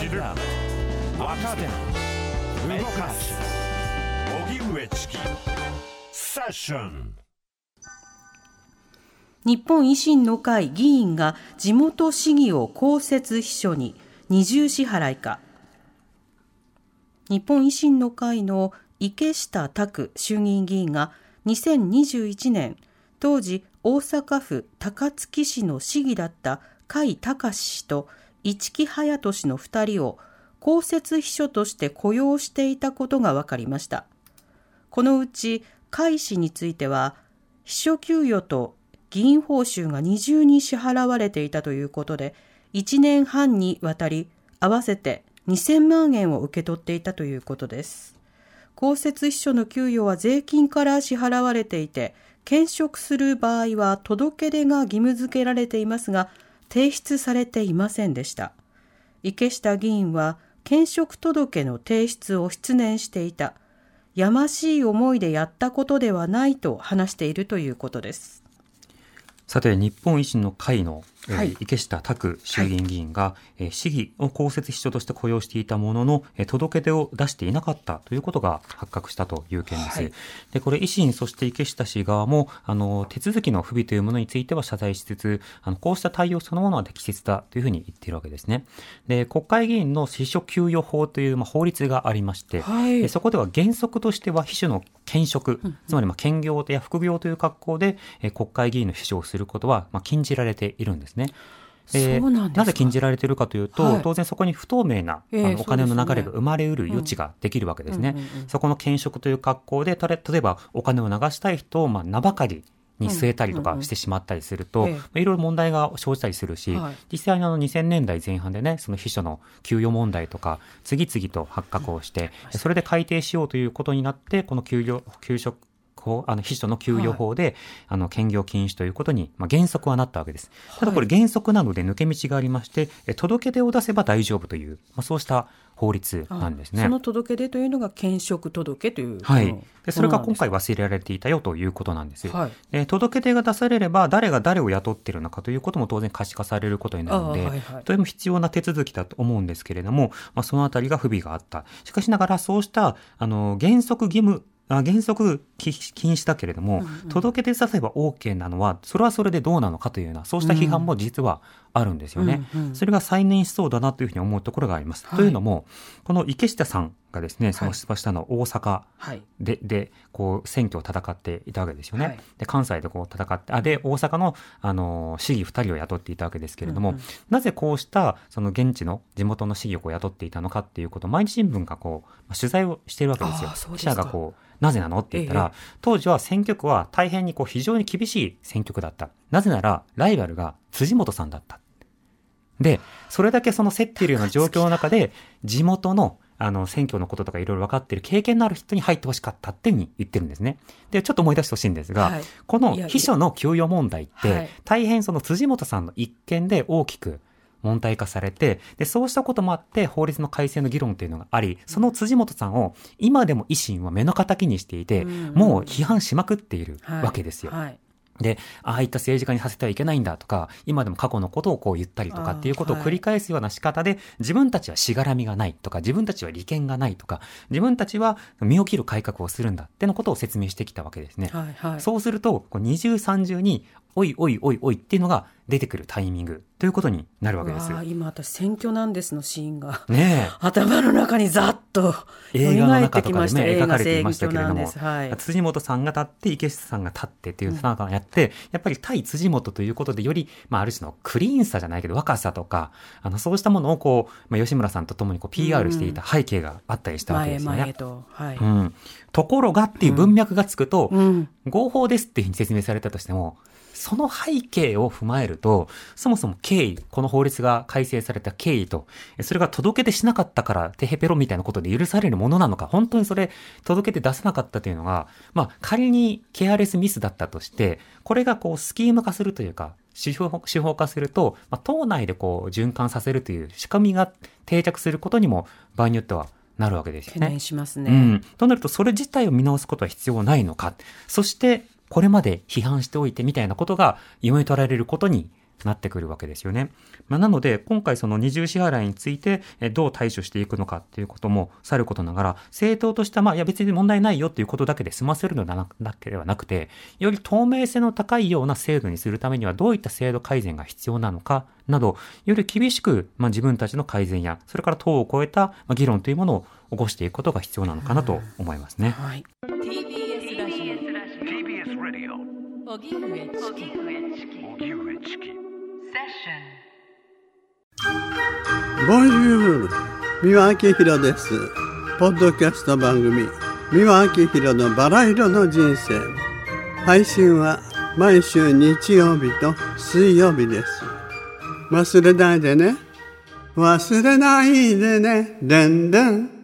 知る若手動かす荻上チキセッション。 日本維新の会議員が地元市議を公設秘書に二重支払いか。日本維新の会の池下卓衆議院議員が2021年、当時大阪府高槻市の市議だった甲斐隆氏と市木隼人氏の2人を公設秘書として雇用していたことが分かりました。このうち甲斐氏については、秘書給与と議員報酬が二重に支払われていたということで、1年半にわたり合わせて2000万円を受け取っていたということです。公設秘書の給与は税金から支払われていて、兼職する場合は届け出が義務付けられていますが、提出されていませんでした。池下議員は兼職届の提出を失念していた。やましい思いでやったことではないと話しているということです。 さて、日本維新の会の、池下卓衆議院議員が、市議を公設秘書として雇用していたものの、届け出を出していなかったということが発覚したという件です。で、これ維新、そして池下氏側も手続きの不備というものについては謝罪しつつ、こうした対応そのものは適切だというふうに言っているわけですね。で、国会議員の秘書給与法という、法律がありまして、そこでは原則としては秘書の兼職、つまり兼業や副業という格好で、国会議員の秘書をすることは、禁じられているんですね。なぜ禁じられているかというと、当然そこに不透明なお金の流れが生まれうる余地ができるわけですね。そこの兼職という格好で、例えばお金を流したい人を名ばかりに据えたりとかしてしまったりすると、いろいろ問題が生じたりするし、実際に2000年代前半でね、その秘書の給与問題とか次々と発覚をして、それで改定しようということになって、この秘書の給与法で、兼業禁止ということに、原則はなったわけです。ただこれ原則なので抜け道がありまして、届け出を出せば大丈夫という、そうした法律なんですね。 その届け出というのが兼職届という、 でそれが今回忘れられていたよということなんです。で届け出が出されれば、誰が誰を雇っているのかということも当然可視化されることになるので、とても必要な手続きだと思うんですけれども、そのあたりが不備があった。しかしながら、そうした原則禁止だけれども、届け出させば OK なのは、それはそれでどうなのかというような、そうした批判も実はあるんですよね。それが再燃しそうだなというふうに思うところがあります。というのも、この池下さんがですね、その出馬したの大阪で、こう選挙を戦っていたわけですよね。で、関西でこう戦って、で、大阪の市議2人を雇っていたわけですけれども、なぜこうしたその現地の地元の市議をこう雇っていたのかっていうことを、毎日新聞がこう取材をしているわけですよ。記者がこう、なぜなのって言ったら、当時は選挙区は大変にこう非常に厳しい選挙区だった。なぜならライバルが辻元さんだった。で、それだけその競っているような状況の中で、地元の選挙のこととかいろいろ分かっている経験のある人に入ってほしかったっていうふうに言ってるんですね。で、ちょっと思い出してほしいんですが、この秘書の給与問題って、大変その辻元さんの一件で大きく問題化されて、で、そうしたこともあって法律の改正の議論というのがあり、その辻元さんを今でも維新は目の敵にしていて、もう批判しまくっているわけですよ。で、ああいった政治家にさせてはいけないんだとか、今でも過去のことをこう言ったりとかっていうことを繰り返すような仕方で、自分たちはしがらみがないとか、自分たちは利権がないとか、自分たちは身を切る改革をするんだってのことを説明してきたわけですね。そうすると、二重三重に、おいおいおいおいっていうのが出てくるタイミングということになるわけです。 今私選挙なんですのシーンが、頭の中にざっと映画の中とかでね、描かれていましたけれども、辻元さんが立って池下さんが立ってっていうさながやって、やっぱり対辻元ということでより、ある種のクリーンさじゃないけど若さとか、そうしたものをこう、吉村さんと共にこう PR していた背景があったりしたわけですよね。ところがっていう文脈がつくと、合法ですっていうふうに説明されたとしても、その背景を踏まえると、そもそも経緯、この法律が改正された経緯と、それが届け出しなかったからテヘペロみたいなことで許されるものなのか、本当にそれ届けて出さなかったというのが、仮にケアレスミスだったとして、これがこうスキーム化するというか、手法化すると、党内でこう循環させるという仕組みが定着することにも場合によってはなるわけですよね。 懸念しますね。 となると、それ自体を見直すことは必要ないのか。そして、これまで批判しておいてみたいなことが読み取られることになってくるわけですよね。なので今回その二重支払いについてどう対処していくのかっていうこともさることながら、政党としてはいや別に問題ないよっていうことだけで済ませるのではなくて、より透明性の高いような制度にするためにはどういった制度改善が必要なのかなど、より厳しく自分たちの改善やそれから党を超えた議論というものを起こしていくことが必要なのかなと思いますね。 はい、TBS ラジオ荻上チキボンジュール、三輪明宏です。ポッドキャスト番組三輪明宏のバラ色の人生、配信は毎週日曜日と水曜日です。忘れないでね、忘れないでね、でんでん。